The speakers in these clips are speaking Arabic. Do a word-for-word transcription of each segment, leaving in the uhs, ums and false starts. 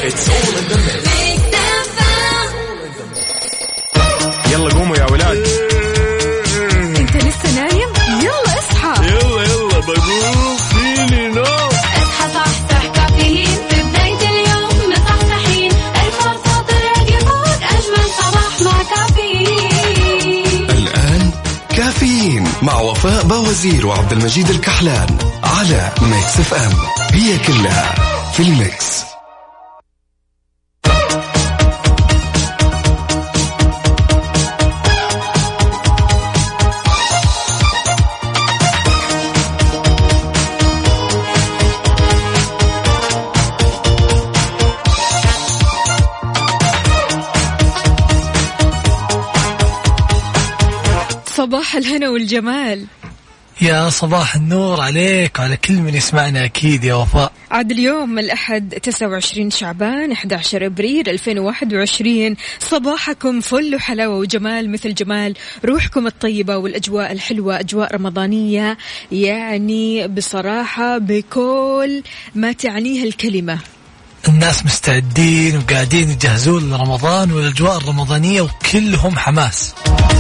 It's all in the mix. يلا قوموا يا ولاد. انت لسه نايم؟ يلا اصحى. يلا يلا بقوم فيني نوم. اصحى صحصح كافيين في بداية اليوم مصحصحين. الفرصة طلعت فوق أجمل صباح مع كافيين. الآن كافيين مع وفاء باوزير وعبد المجيد الكحلان على ميكس اف ام. هي كلها في الميكس. صباح الهنا والجمال. يا صباح النور عليك وعلى كل من يسمعنا أكيد يا وفاء. عاد اليوم الأحد تسعة وعشرين شعبان أحد عشر أبريل ألفين وواحد وعشرين. صباحكم فل وحلاوة وجمال مثل جمال روحكم الطيبة والأجواء الحلوة، أجواء رمضانية يعني بصراحة بكل ما تعنيه الكلمة. الناس مستعدين وقاعدين يجهزون لرمضان والأجواء الرمضانية وكلهم حماس.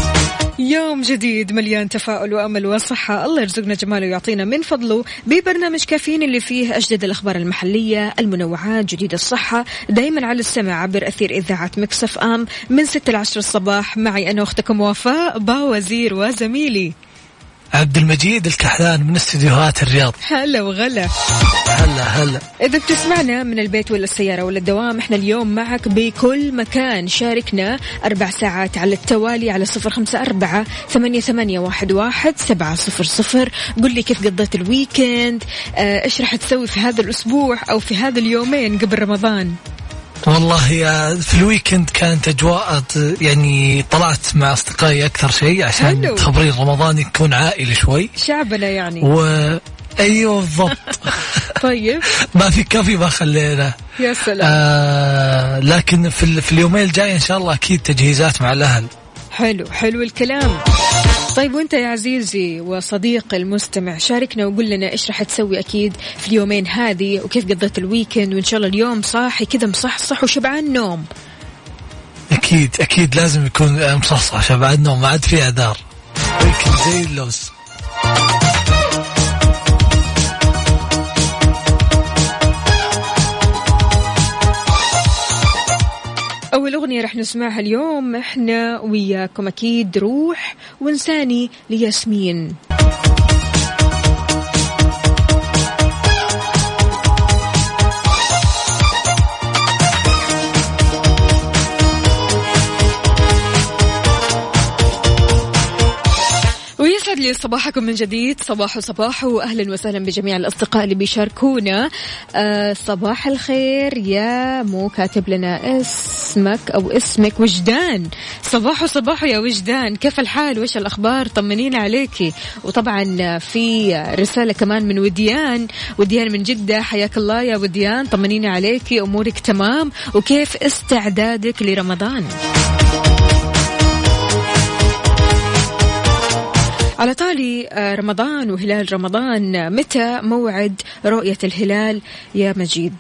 يوم جديد مليان تفاؤل وأمل وصحة، الله يرزقنا جماله ويعطينا من فضله ببرنامج كافيين اللي فيه أجدد الأخبار المحلية، المنوعات، جديد الصحة، دايما على السمع عبر أثير إذاعة ميكس اف ام من ستة لعشر الصباح. معي أنا أختكم وفاء باوزير وزميلي عبد المجيد الكحلان من استديوهات الرياض. هلا وغلا. هلا هلا. إذا بتسمعنا من البيت ولا السيارة ولا الدوام، إحنا اليوم معك بكل مكان. شاركنا أربع ساعات على التوالي على صفر خمسة أربعة ثمانية ثمانية واحد واحد سبعة صفر صفر. قل لي كيف قضيت الويكند، آه إيش راح تسوي في هذا الأسبوع أو في هذا اليومين قبل رمضان. والله يا في الويكند كانت أجواء يعني طلعت مع أصدقائي أكثر شيء عشان تخبرين رمضان يكون عائلي شوي شعبنا يعني و... أيوه بالضبط. طيب ما في كافي ما خلينا. يا سلام. آه لكن في, في اليومين الجاي إن شاء الله أكيد تجهيزات مع الأهل. حلو حلو الكلام. طيب وانت يا عزيزي وصديق المستمع شاركنا وقول لنا ايش راح تسوي اكيد في اليومين هذه وكيف قضيت الويكند، وان شاء الله اليوم صاحي كذا مصحصح وشبعان نوم. اكيد اكيد لازم يكون مصحصح شبعان نوم، ما عاد في اعذار. ويكند زي اللوز. أول أغنية رح نسمعها اليوم إحنا وياكم أكيد روح وإنساني لياسمين. ويسعد لي صباحكم من جديد. صباح صباح وأهلا وسهلا بجميع الأصدقاء اللي بيشاركونا. آه صباح الخير يا مو كاتب لنا اسمك أو اسمك وجدان. صباح صباح يا وجدان، كيف الحال وإيش الأخبار؟ طمنين عليكي. وطبعا في رسالة كمان من وديان. وديان من جدة، حياك الله يا وديان، طمنين عليكي، أمورك تمام وكيف استعدادك لرمضان؟ على طالي رمضان وهلال رمضان، متى موعد رؤية الهلال يا مجيد؟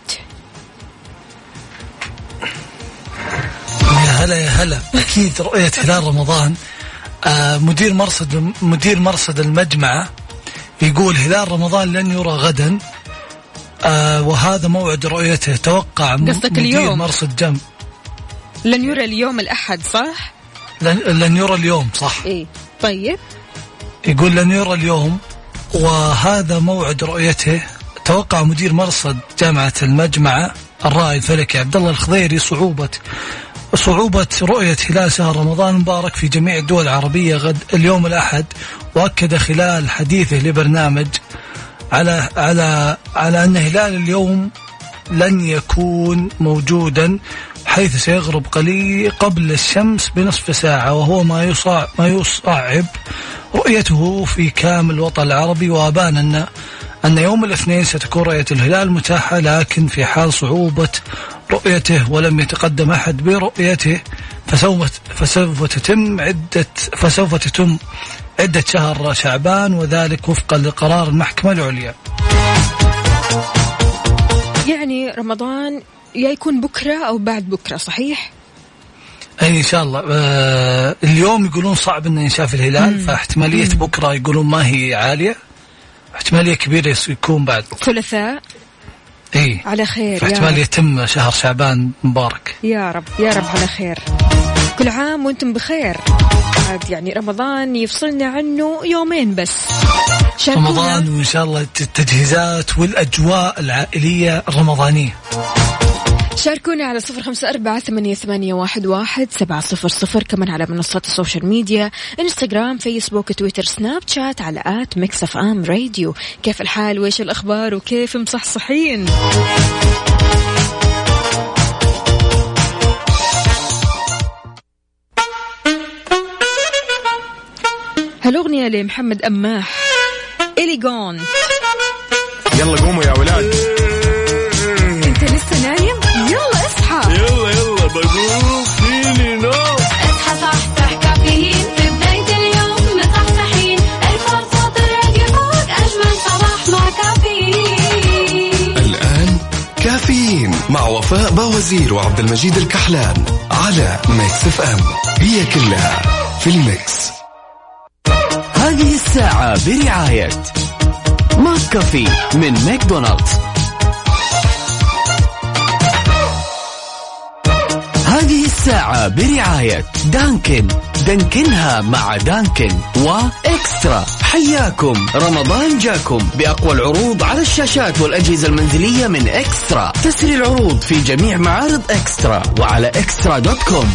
يا هلا يا هلا. أكيد رؤية هلال رمضان. آه مدير مرصد مدير مرصد المجمعة يقول هلال رمضان لن يرى غدا، آه وهذا موعد رؤيته. توقع مدير اليوم. مرصد جم لن يرى اليوم الأحد صح؟ لن, لن يرى اليوم صح. إيه طيب يقول لن يرى اليوم وهذا موعد رؤيته. توقع مدير مرصد جامعة المجمعة الرائد الفلكي عبد الله الخضيري صعوبة صعوبة رؤية هلال شهر رمضان المبارك في جميع الدول العربية غد اليوم الأحد. وأكد خلال حديثه لبرنامج على على على أن هلال اليوم لن يكون موجودا، حيث سيغرب قليل قبل الشمس بنصف ساعة، وهو ما يصعب ما يصعب رؤيته في كامل الوطن العربي. وأبان أن أن يوم الاثنين ستكون رؤية الهلال متاحة، لكن في حال صعوبة رؤيته ولم يتقدم أحد برؤيته فسوف فسوف تتم عدة فسوف تتم عدة شهر شعبان، وذلك وفقا لقرار المحكمة العليا. يعني رمضان يا يكون بكرة أو بعد بكرة، صحيح؟ أي إن شاء الله. آه اليوم يقولون صعب أن ينشاف الهلال، مم. فاحتمالية مم. بكرة يقولون ما هي عالية، احتمالية كبيرة يكون بعد ثلاثاء. إيه على خير، احتمال يتم شهر شعبان مبارك. يا رب يا رب على خير. كل عام وانتم بخير. عاد يعني رمضان يفصلنا عنه يومين بس. رمضان وإن شاء الله التجهيزات والأجواء العائلية الرمضانية. شاركونا على صفر خمسة أربعة ثمانية ثمانية واحد واحد سبعة صفر صفر، كمان على منصات السوشيال ميديا إنستغرام فيسبوك تويتر سناب شات على آت ميكس أف أم راديو. كيف الحال وإيش الأخبار وكيف مصحصحين؟ هالأغنية لمحمد أماح إليغون. يلا قوموا يا ولاد. انت لسه نايم؟ يلا اصحى. يلا يلا بقوم فيني نو. اصحى صحصح كافيين في بداية اليوم مصحصحين. الفرصة الراديو فوق أجمل صباح مع كافيين. الآن كافيين مع وفاء باوزير وعبد المجيد الكحلان على ميكس اف ام، هي كلها في الميكس. هذه الساعة برعاية ماك كافي من ماكدونالدز. هذه الساعة برعاية دانكن، دانكنها مع دانكن وإكسترا. حياكم رمضان جاكم بأقوى العروض على الشاشات والأجهزة المنزلية من إكسترا. تسري العروض في جميع معارض إكسترا وعلى إكسترا دوت كوم.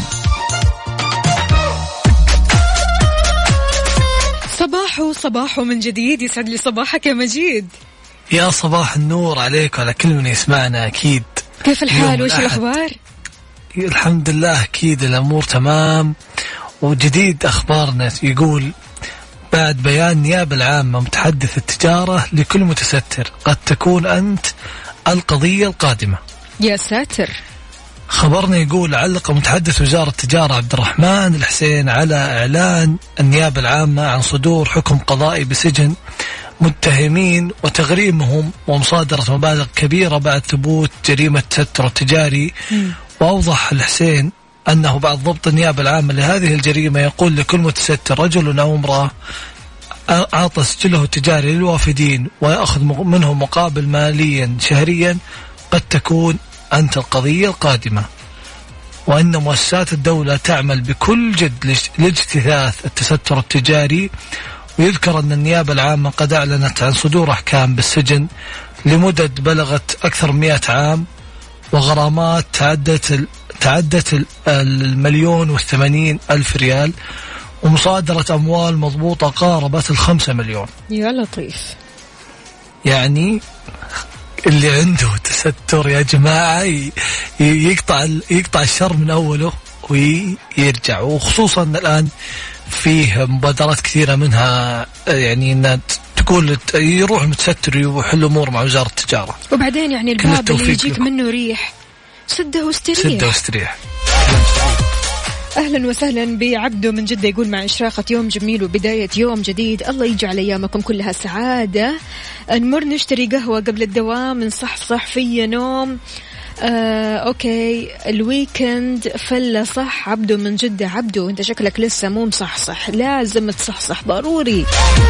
صباحو صباحو من جديد، يسعد لي صباحك يا مجيد. يا صباح النور عليك وعلى كل من يسمعنا. أكيد كيف الحال وإيش الأخبار؟ الحمد لله أكيد الأمور تمام. وجديد أخبارنا يقول بعد بيان نيابة العامة متحدث التجارة لكل متستر قد تكون أنت القضية القادمة. يا ساتر. خبرنا يقول علق متحدث وزارة التجارة عبد الرحمن الحسين على إعلان النيابة العامة عن صدور حكم قضائي بسجن متهمين وتغريمهم ومصادرة مبالغ كبيرة بعد ثبوت جريمة التستر التجاري. م. وأوضح الحسين أنه بعد ضبط النيابة العامة لهذه الجريمة يقول لكل متستر رجل أو امرأة أعطى سجله التجاري للوافدين ويأخذ منهم مقابل ماليا شهريا قد تكون أنت القضية القادمة، وأن مؤسسات الدولة تعمل بكل جد لاجتثاث التستر التجاري. ويذكر أن النيابة العامة قد أعلنت عن صدور أحكام بالسجن لمدد بلغت أكثر من مئة عام، وغرامات تعدت تعدت المليون والثمانين ألف ريال، ومصادرة أموال مضبوطة قاربت الخمسة مليون. يا لطيف. يعني اللي عنده تستر يا جماعة يقطع يقطع الشر من أوله ويرجع. وخصوصا الآن فيه مبادرات كثيرة منها يعني أن تقول يروح متستر ويحل أمور مع وزارة التجارة. وبعدين يعني الباب اللي يجيك لكم منه ريح سده واستريح. سده واستريح. أهلا وسهلا بعبده من جدة، يقول مع إشراقة يوم جميل وبداية يوم جديد الله يجعل أيامكم كلها سعادة. نمر نشتري قهوة قبل الدوام، نصحصح في نوم. آه، أوكي الويكند فلة صح. عبده من جدة. عبده أنت شكلك لسه مو مصحصح، لازم تصحصح ضروري.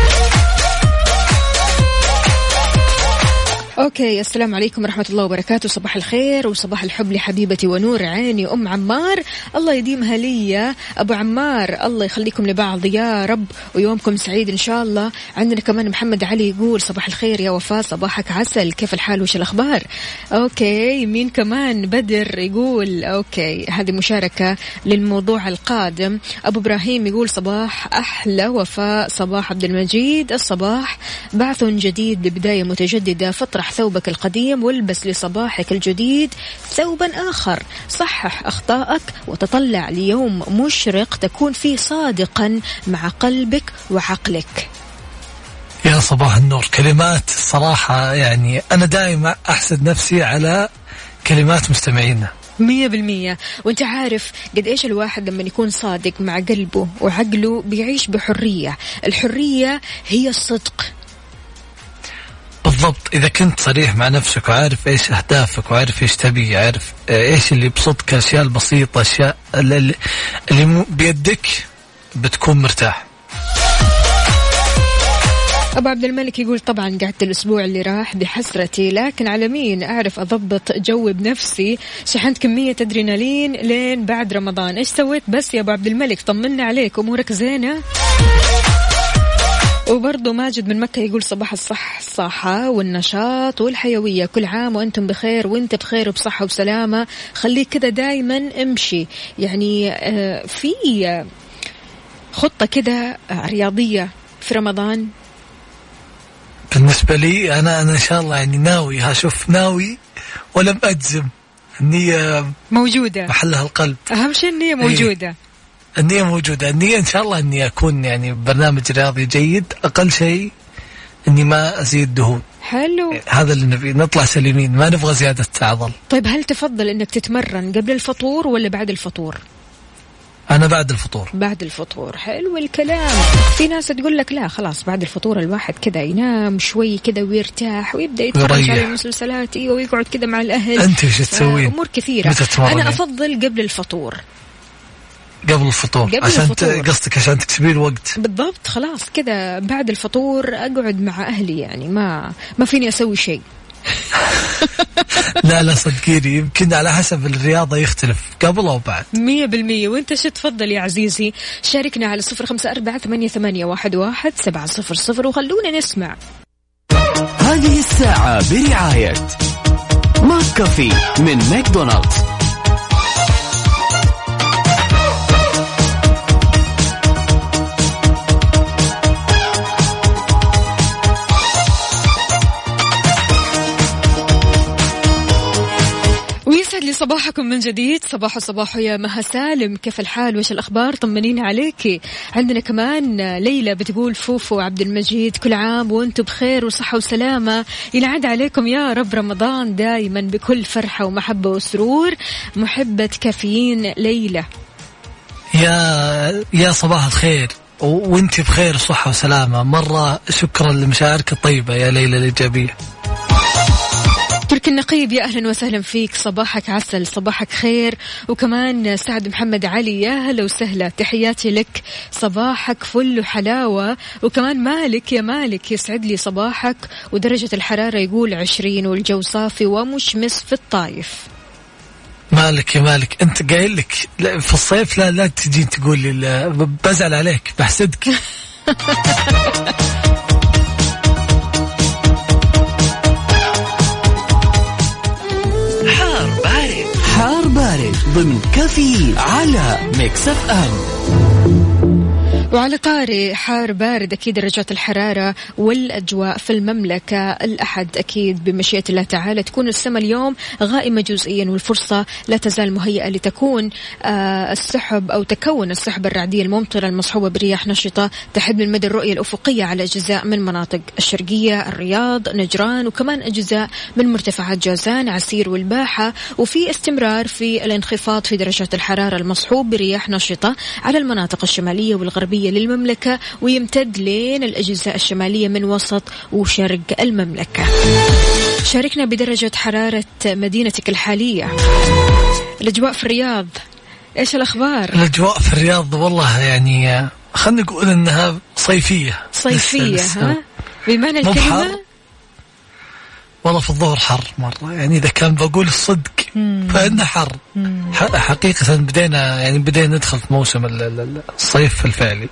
أوكي السلام عليكم ورحمة الله وبركاته. صباح الخير وصباح الحب لحبيبتي ونور عيني أم عمار، الله يديمها لي أبو عمار، الله يخليكم لبعض يا رب ويومكم سعيد إن شاء الله. عندنا كمان محمد علي يقول صباح الخير يا وفاء، صباحك عسل، كيف الحال وش الأخبار؟ أوكي مين كمان؟ بدر يقول أوكي هذه مشاركة للموضوع القادم. أبو إبراهيم يقول صباح أحلى وفاء، صباح عبد المجيد، الصباح بعث جديد لبداية متجددة، فاطرح ثوبك القديم والبس لصباحك الجديد ثوبا آخر، صحح أخطائك وتطلع ليوم مشرق تكون فيه صادقا مع قلبك وعقلك. يا صباح النور. كلمات الصراحة يعني أنا دائما أحسد نفسي على كلمات مستمعينا مية بالمية. وانت عارف قد ايش الواحد لما يكون صادق مع قلبه وعقله بيعيش بحرية. الحرية هي الصدق. بالضبط. إذا كنت صريح مع نفسك وعارف إيش أهدافك وعارف إيش تبي، عارف إيش اللي بصدق، أشياء البسيطة، أشياء اللي, اللي بيدك، بتكون مرتاح. أبو عبد الملك يقول طبعا قعدت الأسبوع اللي راح بحسرتي، لكن على مين أعرف أضبط جوي بنفسي، شحنت كمية أدرينالين لين بعد رمضان. إيش سويت بس يا أبو عبد الملك؟ طمنا عليك، أمورك زينة؟ وبرضو ماجد من مكة يقول صباح الصح الصحة والنشاط والحيوية، كل عام وأنتم بخير وأنت بخير وبصحة وسلامة، خليك كذا دايما امشي. يعني في خطة كذا رياضية في رمضان؟ بالنسبة لي أنا أنا إن شاء الله يعني ناوي، هشوف ناوي ولم أجزم. النية موجودة، محلها القلب، أهم شيء النية موجودة. إيه. النية موجودة، النية إن شاء الله إني أكون يعني برنامج رياضي جيد، أقل شيء إني ما أزيد دهون. حلو، هذا اللي نبي، نطلع سليمين، ما نبغى زيادة عضل. طيب هل تفضل إنك تتمرن قبل الفطور ولا بعد الفطور؟ أنا بعد الفطور. بعد الفطور، حلو الكلام. في ناس تقول لك لا خلاص بعد الفطور الواحد كذا ينام شوي كذا ويرتاح ويبدأ يتفرج على المسلسلات ويقعد كذا مع الأهل. أنت وش تسوين؟ أمور كثيرة. أنا أفضل قبل الفطور. قبل الفطور قبل عشان الفطور. قصدك عشان تكسبين الوقت. بالضبط، خلاص كذا بعد الفطور أقعد مع أهلي، يعني ما ما فيني أسوي شيء. لا لا صدقيني، يمكن على حسب الرياضة يختلف قبل أو بعد. مية بالمية. وانت شو تفضل يا عزيزي؟ شاركنا على صفر خمسة أربعة ثمانية ثمانية واحد واحد سبعة صفر صفر وخلونا نسمع. هذه الساعة برعاية ماك كافي من ماكدونالدز. ويسعد لي صباحكم من جديد. صباح صباح يا مها سالم، كيف الحال وش الأخبار؟ طمنين عليكي. عندنا كمان ليلى بتقول فوفو عبد المجيد كل عام وانتم بخير وصحة وسلامة، ينعاد عليكم يا رب رمضان دائما بكل فرحة ومحبة وسرور. محبة كافيين ليلى. يا يا صباح الخير وانت بخير وصحة وسلامة. مرة شكرا لمشاعرك الطيبة يا ليلى الإيجابية. ترك النقيب يا أهلا وسهلا فيك، صباحك عسل، صباحك خير. وكمان سعد محمد علي يا هلا وسهلا، تحياتي لك، صباحك فل وحلاوة. وكمان مالك يا مالك يسعد لي صباحك، ودرجة الحرارة يقول عشرين والجو صافي ومشمس في الطايف. مالك يا مالك، أنت قايل لك في الصيف لا لا تجين تقول لي، بزعل عليك بحسدك. حار بارد، حار بارد ضمن كافي على ميكس اف ام. وعلى طاري حار بارد، أكيد درجات الحرارة والأجواء في المملكة الأحد أكيد بمشيئة الله تعالى تكون السماء اليوم غائمة جزئيا، والفرصة لا تزال مهيئة لتكون آه السحب أو تكون السحب الرعدية الممطرة المصحوبة برياح نشطة تحد من مدى الرؤية الأفقية على أجزاء من مناطق الشرقية، الرياض، نجران، وكمان أجزاء من مرتفعات جازان، عسير والباحة. وفي استمرار في الانخفاض في درجات الحرارة المصحوب برياح نشطة على المناطق الشمالية والغربية للمملكة، ويمتد لين الأجزاء الشمالية من وسط وشرق المملكة. شاركنا بدرجة حرارة مدينتك الحالية. الأجواء في الرياض إيش الأخبار؟ الأجواء في الرياض والله يعني خلنا نقول إنها صيفية صيفية ها بمعنى الكلمة. والله في الظهر حر مرة، يعني إذا كان بقول الصدق فإنه حر. حقيقة بدينا يعني بدينا ندخل في موسم الصيف الفعلي.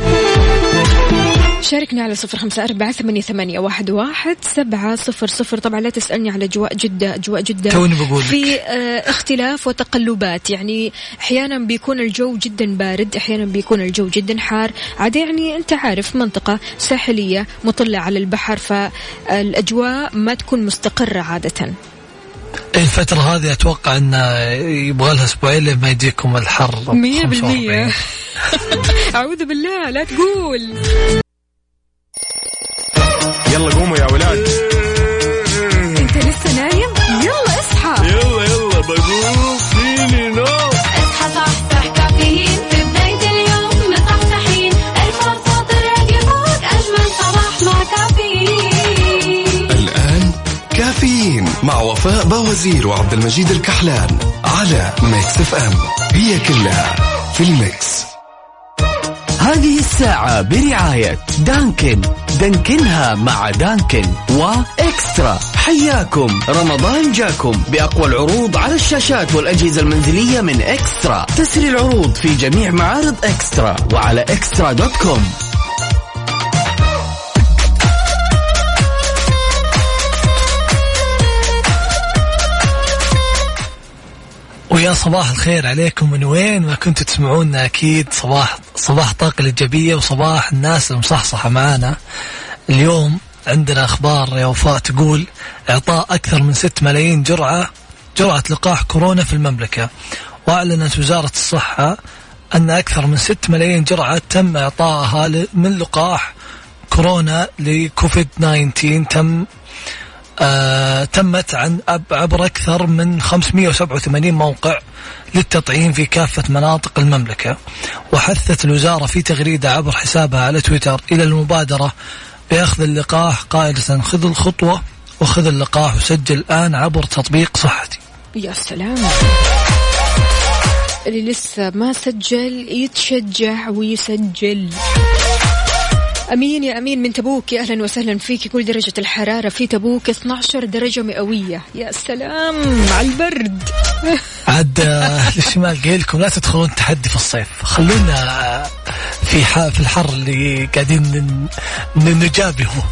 شاركنا على صفر خمسة أربعة ثمانية ثمانية واحد واحد سبعة صفر صفر. طبعا لا تسألني على أجواء جدة، أجواء جدة في اه اختلاف وتقلبات، يعني أحيانا بيكون الجو جدا بارد، أحيانا بيكون الجو جدا حار عاد، يعني أنت عارف منطقة ساحلية مطلة على البحر، فالأجواء ما تكون مستقرة عادة. الفترة هذه أتوقع أن يبغى لها أسبوعين لما يجيكم الحر مية بالمية. أعوذ بالله لا تقول. يلا قوموا يا ولاد. انت لسه نايم؟ يلا اصحى. يلا يلا بقوم فيني نوم. اصحى صحصح كافيين في بداية اليوم مصحصحين، الفرصة تراك فوق أجمل صباح مع كافيين. كافيين مع وفاء باوزير وعبد المجيد الكحلان على ميكس اف ام. هي كلها في الميكس. هذه الساعة برعاية دانكن، دانكنها مع دانكن وإكسترا. حياكم رمضان جاكم بأقوى العروض على الشاشات والأجهزة المنزلية من إكسترا. تسري العروض في جميع معارض إكسترا وعلى إكسترا دوت كوم. ويا صباح الخير عليكم من وين ما كنتوا تسمعونا. أكيد صباح صباح طاقة الإيجابية وصباح الناس المصحصحة معانا. اليوم عندنا أخبار يا وفاء تقول إعطاء أكثر من ستة ملايين جرعة جرعة لقاح كورونا في المملكة. وأعلنت وزارة الصحة أن أكثر من ستة ملايين جرعة تم إعطائها من لقاح كورونا لكوفيد تسعة عشر. تم آه تمت عن عبر أكثر من خمسمئة وسبعة وثمانين موقع للتطعيم في كافة مناطق المملكة. وحثت الوزارة في تغريدة عبر حسابها على تويتر إلى المبادرة بأخذ اللقاح قائلة: خذ الخطوة وخذ اللقاح وسجل الآن عبر تطبيق صحتي. يا سلام، اللي لسه ما سجل يتشجع ويسجل. أمين يا أمين من تبوك، يا أهلا وسهلا فيك. يقول درجة الحرارة في تبوك اثنتي عشرة درجة مئوية. يا سلام على البرد. عاد الشمال قايل لكم لا تدخلون تحدي في الصيف، خلونا في في الحر اللي قاعدين نجابهه.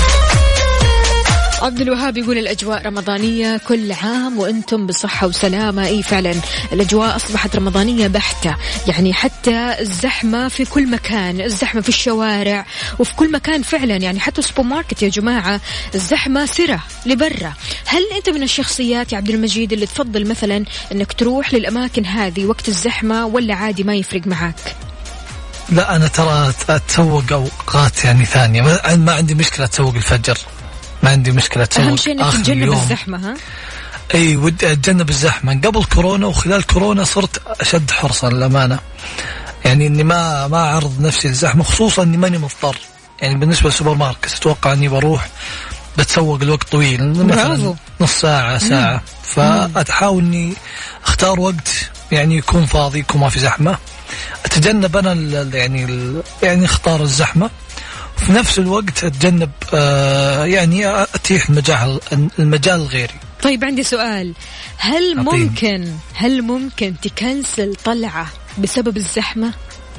عبد الوهاب يقول الأجواء رمضانية كل عام وأنتم بصحة وسلامة. أي فعلا الأجواء أصبحت رمضانية بحتة، يعني حتى الزحمة في كل مكان، الزحمة في الشوارع وفي كل مكان فعلا، يعني حتى السوبر ماركت يا جماعة الزحمة سرة لبرة. هل أنت من الشخصيات يا عبد المجيد اللي تفضل مثلا أنك تروح للأماكن هذه وقت الزحمة ولا عادي ما يفرق معك؟ لا أنا ترى أتسوق أوقات يعني ثانية، ما عندي مشكلة أتسوق الفجر، ما عندي مشكلة تسوق. أهم شيء إنك تتجنب الزحمة. ها؟ أي ودي أتجنب الزحمة. قبل كورونا وخلال كورونا صرت أشد حرصا للأمانة، يعني إني ما ما أعرض نفسي للزحمة، خصوصا إني ماني مضطر. يعني بالنسبة للسوبر ماركت أتوقع إني بروح بتسوق الوقت طويل، مثلا نص ساعة ساعة، فأتحاول إني أختار وقت يعني يكون فاضي، يكون ما في زحمة. أتجنب أنا يعني يعني اختار الزحمة، في نفس الوقت أتجنب آه يعني أتيح المجال المجال غيري. طيب عندي سؤال، هل أعطيني. ممكن هل ممكن تكنسل طلعة بسبب الزحمة؟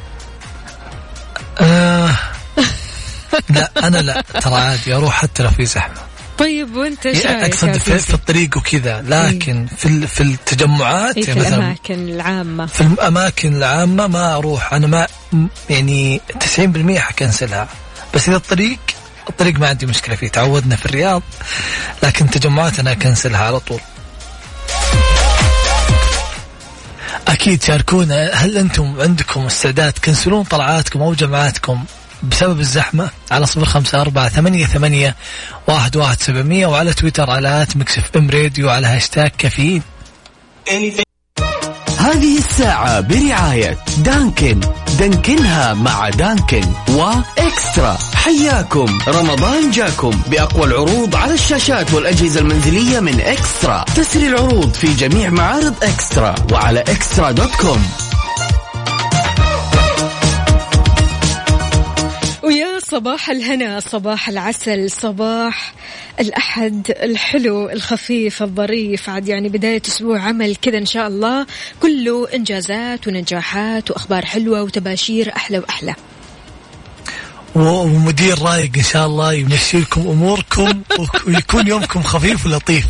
آه لا أنا لا، ترى عادي أروح حتى لو في زحمة. طيب وأنت إيش رأيك؟ أقصد في, في الطريق وكذا، لكن في في التجمعات في يعني الأماكن العامة في الأماكن العامة ما أروح أنا، ما يعني تسعين بالمئة حكنسلها. بس إذا الطريق الطريق ما عندي مشكلة فيه، تعودنا في الرياض، لكن تجمعات أنا أكنسلها على طول. أكيد شاركونا، هل أنتم عندكم استعداد تكنسلون طلعاتكم أو جمعاتكم بسبب الزحمة؟ على صفر خمسة أربعة ثمانية ثمانية واحد واحد سبعمية، وعلى تويتر على آت ميكس اف ام راديو، وعلى هاشتاج كافيين. هذه الساعة برعاية دانكن، دانكنها مع دانكن وإكسترا. حياكم رمضان جاكم بأقوى العروض على الشاشات والأجهزة المنزلية من إكسترا. تسري العروض في جميع معارض إكسترا وعلى إكسترا دوت كوم. ويا صباح الهنا، صباح العسل، صباح الأحد الحلو الخفيف الظريف. عاد يعني بداية أسبوع عمل كذا إن شاء الله، كله إنجازات ونجاحات وأخبار حلوة وتباشير أحلى وأحلى. ومدير رايق إن شاء الله يمشي لكم أموركم ويكون يومكم خفيف ولطيف.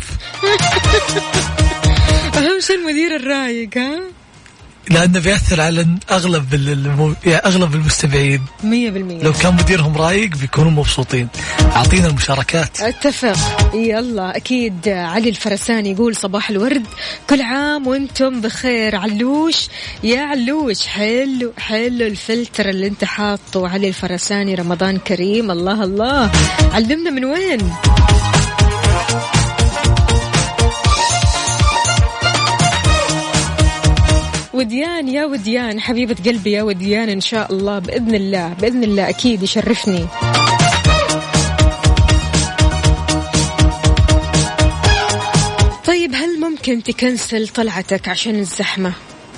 أهم شيء المدير الرايق، ها؟ لأنه بيأثر على أغلب المو... يعني أغلب المستمعين مية بالمية. لو كان مديرهم رايق بيكونوا مبسوطين. أعطينا المشاركات. اتفق. يلا أكيد. علي الفرساني يقول صباح الورد، كل عام وانتم بخير. علوش يا علوش، حلو حلو الفلتر اللي انت حاطه. علي الفرساني رمضان كريم. الله الله، علمنا من وين؟ وديان يا وديان حبيبة قلبي يا وديان، إن شاء الله بإذن الله بإذن الله أكيد يشرفني. طيب هل ممكن تكنسل طلعتك عشان الزحمة؟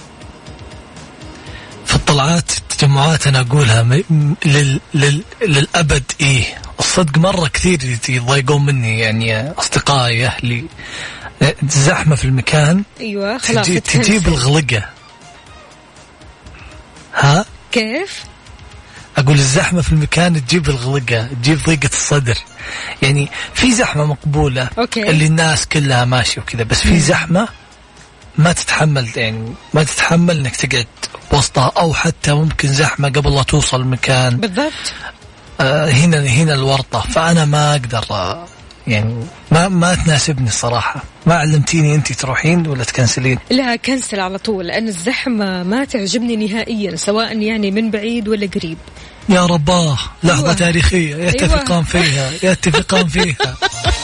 في الطلعات التجمعات أنا أقولها م... لل... لل... للأبد إيه. الصدق مرة كثير يضايقون مني يعني أصدقائي أهلي. الزحمة في المكان أيوة خلاص تجي... تجيب الغلقة. ها كيف؟ أقول الزحمة في المكان تجيب الغلقة، تجيب ضيقة الصدر. يعني في زحمة مقبولة أوكي. اللي الناس كلها ماشية وكذا، بس في زحمة ما تتحمل، يعني ما تتحمل إنك تقعد وسطها، أو حتى ممكن زحمة قبل لا توصل المكان بالضبط. آه هنا هنا الورطة. فأنا ما أقدر آه يعني ما ما تناسبني الصراحة. ما علمتيني أنتي تروحين ولا تكنسلين؟ لا كنسل على طول، لأن الزحمة ما تعجبني نهائيا، سواء يعني من بعيد ولا قريب. يا رباه لحظة أيوة. تاريخية يتفقان أيوة. فيها يتفقان فيها.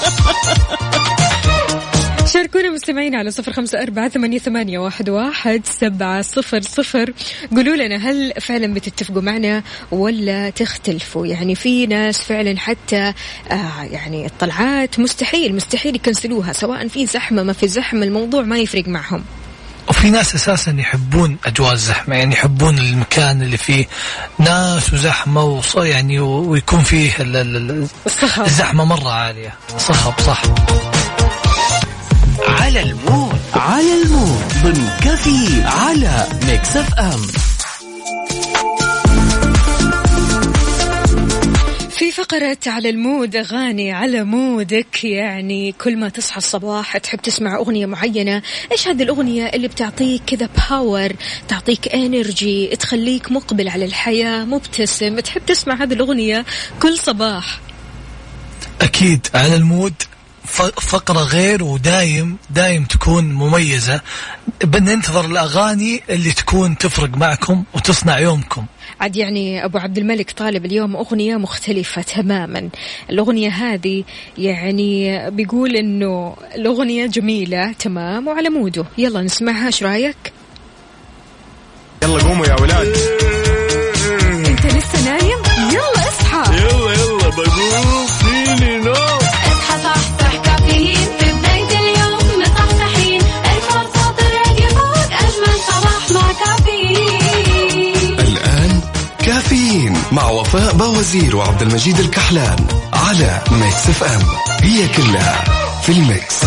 شاركونا مستمعين على صفر خمسة أربعة ثمانية ثمانية واحد واحد سبعة صفر صفر. قولوا لنا هل فعلا بتتفقوا معنا ولا تختلفوا؟ يعني في ناس فعلا حتى آه يعني الطلعات مستحيل مستحيل يكنسلوها، سواء في زحمة ما في زحمة الموضوع ما يفرق معهم. وفي ناس أساسا يحبون أجواء الزحمة، يعني يحبون المكان اللي فيه ناس وزحمة وص يعني ويكون فيه الصخب. الزحمة مرة عالية صخب. صح. على المود على المود ضمن كافيين على ميكس اف ام. في فقرة على المود أغاني على مودك، يعني كل ما تصحى الصباح تحب تسمع أغنية معينة. إيش هذه الأغنية اللي بتعطيك كذا باور، تعطيك انرجي، تخليك مقبل على الحياة مبتسم؟ تحب تسمع هذه الأغنية كل صباح. أكيد على المود فقرة غير ودايم دايم تكون مميزة. بننتظر الأغاني اللي تكون تفرق معكم وتصنع يومكم. عاد يعني أبو عبد الملك طالب اليوم أغنية مختلفة تماما. الأغنية هذه يعني بيقول إنه الأغنية جميلة تمام وعلى موده. يلا نسمعها، إيش رأيك؟ يلا قوموا يا ولاد. أنت لسه نايم؟ يلا اصحى. يلا يلا بقوم فيني نوم. اصحى صحصح كافيين في بداية اليوم مصحصحين، الفرصة الراديو فوق أجمل صباح مع كافيين. الآن كافيين مع وفاء باوزير وعبد المجيد الكحلان على ميكس اف ام. هي كلها في الميكس.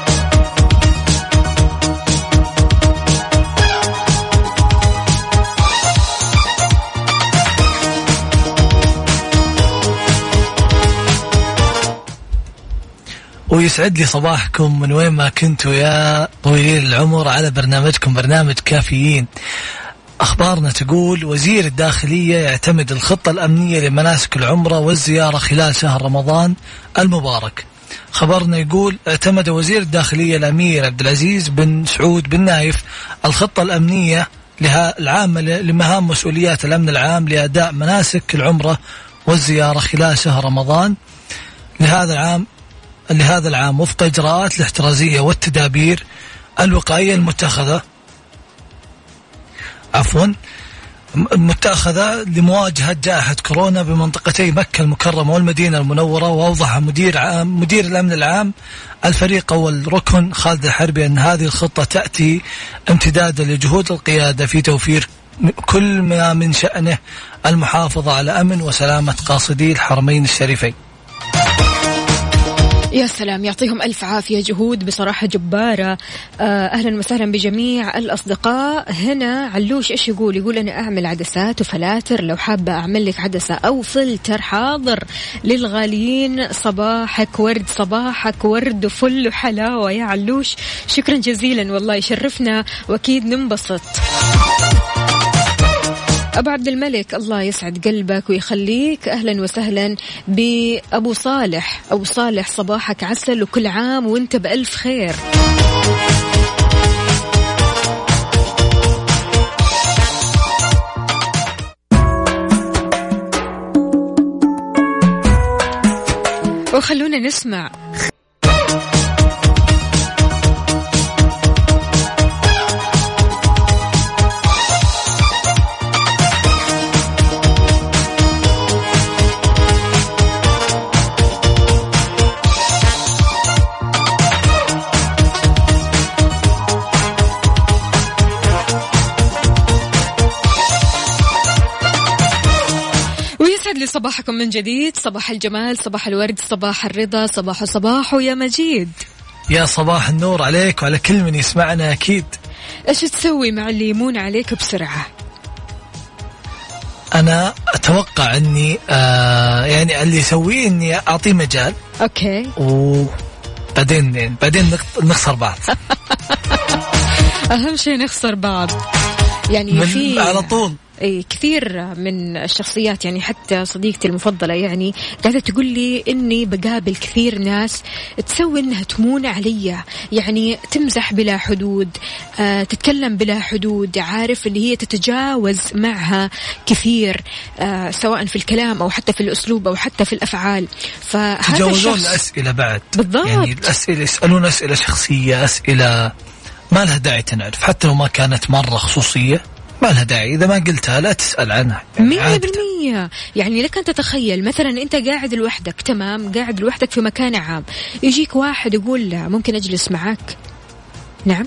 ويسعد لي صباحكم من وين ما كنتوا يا طويل العمر على برنامجكم برنامج كافيين. أخبارنا تقول وزير الداخلية يعتمد الخطة الأمنية لمناسك العمرة والزيارة خلال شهر رمضان المبارك. خبرنا يقول اعتمد وزير الداخلية الأمير عبد العزيز بن سعود بن نايف الخطة الأمنية لها العامة لمهام مسؤوليات الأمن العام لأداء مناسك العمرة والزيارة خلال شهر رمضان لهذا العام لهذا العام وفق إجراءات الاحترازية والتدابير الوقائية المتخذة عفوا متخذة لمواجهة جائحة كورونا بمنطقتي مكة المكرمة والمدينة المنورة. وأوضح مدير عام مدير الأمن العام الفريق أول ركن خالد الحربي أن هذه الخطة تأتي امتدادا لجهود القيادة في توفير كل ما من شأنه المحافظة على أمن وسلامة قاصدي الحرمين الشريفين. يا سلام، يعطيهم ألف عافية، جهود بصراحة جبارة. آه أهلا وسهلا بجميع الأصدقاء. هنا علوش إيش يقول؟ يقول أنا أعمل عدسات وفلاتر، لو حابة أعمل لك عدسة أو فلتر حاضر للغاليين. صباحك ورد، صباحك ورد وفل وحلاوة يا علوش، شكرا جزيلا والله يشرفنا وأكيد ننبسط. أبو عبد الملك الله يسعد قلبك ويخليك، أهلا وسهلا بأبو صالح. أبو صالح صباحك عسل وكل عام وانت بألف خير. وخلونا نسمع لي صباحكم من جديد، صباح الجمال، صباح الورد، صباح الرضا، صباح صباح يا مجيد. يا صباح النور عليك وعلى كل من يسمعنا أكيد. إيش تسوي مع اللي يمون عليك بسرعة؟ أنا أتوقع أني آه يعني اللي يسويه أني أعطيه مجال. أوكي. وبعدين بعدين نخسر بعض. أهم شيء نخسر بعض. يعني في على طول اي كثير من الشخصيات، يعني حتى صديقتي المفضلة يعني قاعدة تقول لي اني بقابل كثير ناس تسوي انها تمون علي، يعني تمزح بلا حدود، آه تتكلم بلا حدود، عارف اللي هي تتجاوز معها كثير، آه سواء في الكلام او حتى في الاسلوب او حتى في الافعال. فهذا تجاوزون الشخص الاسئلة بعد بالضبط، يعني الاسئلة يسألون اسئلة شخصية، اسئلة ما لها داعي تنعرف، حتى لو ما كانت مرة خصوصية ما لها داعي، إذا ما قلتها لا تسأل عنها. مية يعني بالمية. يعني لك أن تتخيل مثلا أنت قاعد لوحدك، تمام، قاعد لوحدك في مكان عام، يجيك واحد يقول لا ممكن أجلس معك؟ نعم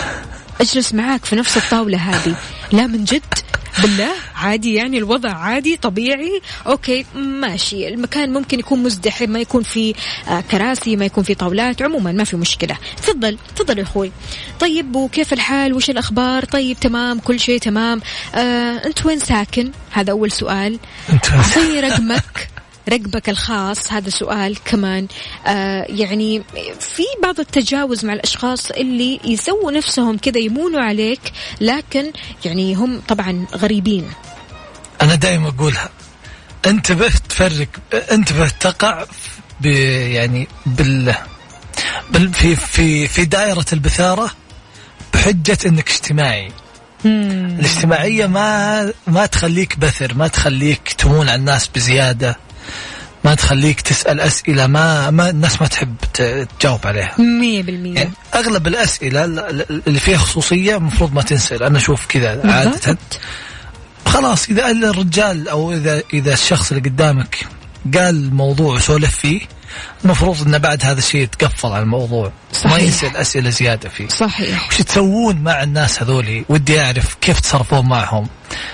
أجلس معك في نفس الطاولة هذه؟ لا من جد بالله عادي، يعني الوضع عادي طبيعي، أوكي ماشي، المكان ممكن يكون مزدحم، ما يكون في آه كراسي، ما يكون في طاولات، عموما ما في مشكلة، تفضل تفضل يا أخوي. طيب وكيف الحال، وش الأخبار؟ طيب تمام، كل شيء تمام. آه أنت وين ساكن؟ هذا أول سؤال. أعطيني رقمك، رقبك الخاص، هذا سؤال كمان. آه يعني في بعض التجاوز مع الأشخاص اللي يسووا نفسهم كذا يمونوا عليك، لكن يعني هم طبعا غريبين. أنا دائما أقولها، انتبه تفرق، انتبه تقع ب يعني بال, بال في في في دائرة البثارة بحجة إنك اجتماعي. مم. الاجتماعية ما ما تخليك بثر، ما تخليك تمون على الناس بزيادة، ما تخليك تسأل أسئلة ما ما الناس ما تحب تجاوب عليها. مية بالمية. يعني أغلب الأسئلة اللي فيها خصوصية مفروض ما تنسأل. أنا أشوف كذا عادة. خلاص إذا الرجال أو إذا إذا الشخص اللي قدامك قال موضوع وسولف فيه، المفروض إن بعد هذا الشيء يتقفل على الموضوع. صحيح. ما ينسأل أسئلة زيادة فيه. صحيح. وش تسوون مع الناس هذولي؟ ودي أعرف كيف تصرفون معهم.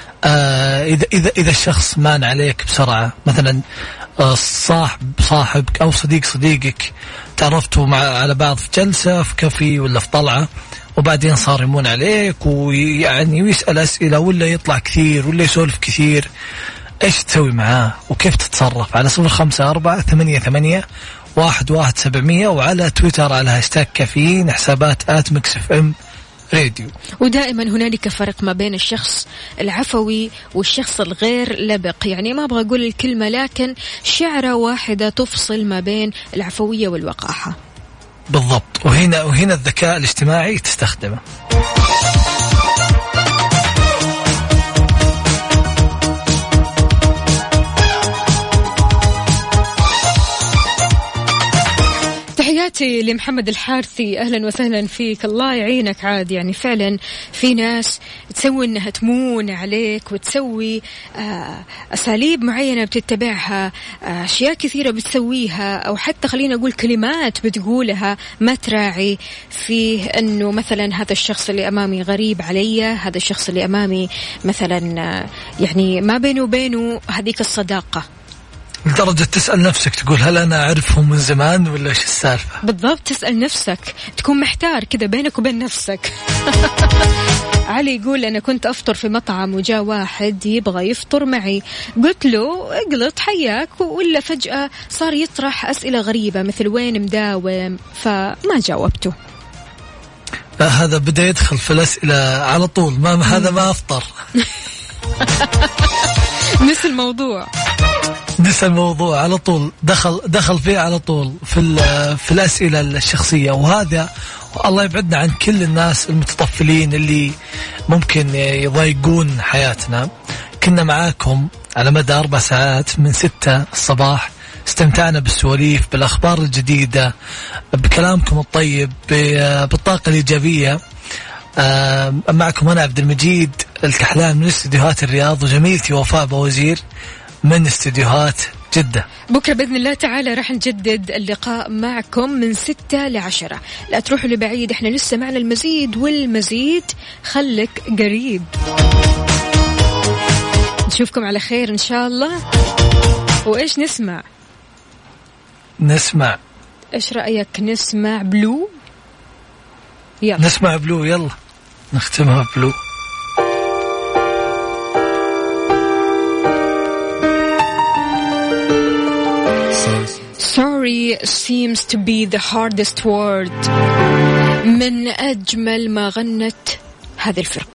آه إذا إذا إذا الشخص مان عليك بسرعة، مثلا آه صاحب صاحبك أو صديق صديقك تعرفتوا مع على بعض في جلسة في كافي ولا في طلعة، وبعدين صار يمون عليك ويعني ويسأل أسئلة ولا يطلع كثير ولا يسولف كثير، إيش تسوي معاه وكيف تتصرف؟ على صفر خمسة أربعة ثمانية ثمانية واحد واحد سبعمية، وعلى تويتر على هاشتاج كافيين، حسابات آت ميكس اف ام راديو. ودائما هنالك فرق ما بين الشخص العفوي والشخص الغير لبق، يعني ما أبغى أقول الكلمة لكن شعرة واحدة تفصل ما بين العفوية والوقاحة. بالضبط. وهنا وهنا الذكاء الاجتماعي تستخدمه. تحياتي لمحمد الحارثي، أهلا وسهلا فيك، الله يعينك. عاد يعني فعلا في ناس تسوي إنها تمون عليك وتسوي آه أساليب معينة بتتبعها، آه أشياء كثيرة بتسويها، أو حتى خلينا أقول كلمات بتقولها ما تراعي فيه أنه مثلا هذا الشخص اللي أمامي غريب علي، هذا الشخص اللي أمامي مثلا آه يعني ما بينه وبينه هذيك الصداقة، لدرجة تسأل نفسك تقول هل أنا أعرفهم من زمان ولا إيش السالفة؟ بالضبط، تسأل نفسك، تكون محتار كذا بينك وبين نفسك. علي يقول أنا كنت أفطر في مطعم وجاء واحد يبغى يفطر معي، قلت له اقلط حياك، ولا فجأة صار يطرح أسئلة غريبة مثل وين مداوم، فما جاوبته. لا هذا بدأ يدخل في الأسئلة على طول، ما هذا ما أفطر. نسي الموضوع نسى الموضوع على طول، دخل دخل فيه على طول في في الأسئلة الشخصية. وهذا الله يبعدنا عن كل الناس المتطفلين اللي ممكن يضايقون حياتنا. كنا معاكم على مدى أربع ساعات من ستة الصباح، استمتعنا بالسواليف، بالأخبار الجديدة، بكلامكم الطيب، بالطاقة الإيجابية. معكم أنا عبد المجيد الكحلان من استديوهات الرياض، وجميلتي وفاء بوزير من استديوهات جدة. بكرة بإذن الله تعالى راح نجدد اللقاء معكم من ستة لعشرة، لا تروحوا لبعيد، احنا لسه معنا المزيد والمزيد، خلك قريب. نشوفكم على خير إن شاء الله. وإيش نسمع؟ نسمع إيش رأيك نسمع بلو؟ يلا نسمع بلو، يلا نختمها بلو. Sorry seems to be the hardest word. من أجمل ما غنت هذه الفرقة.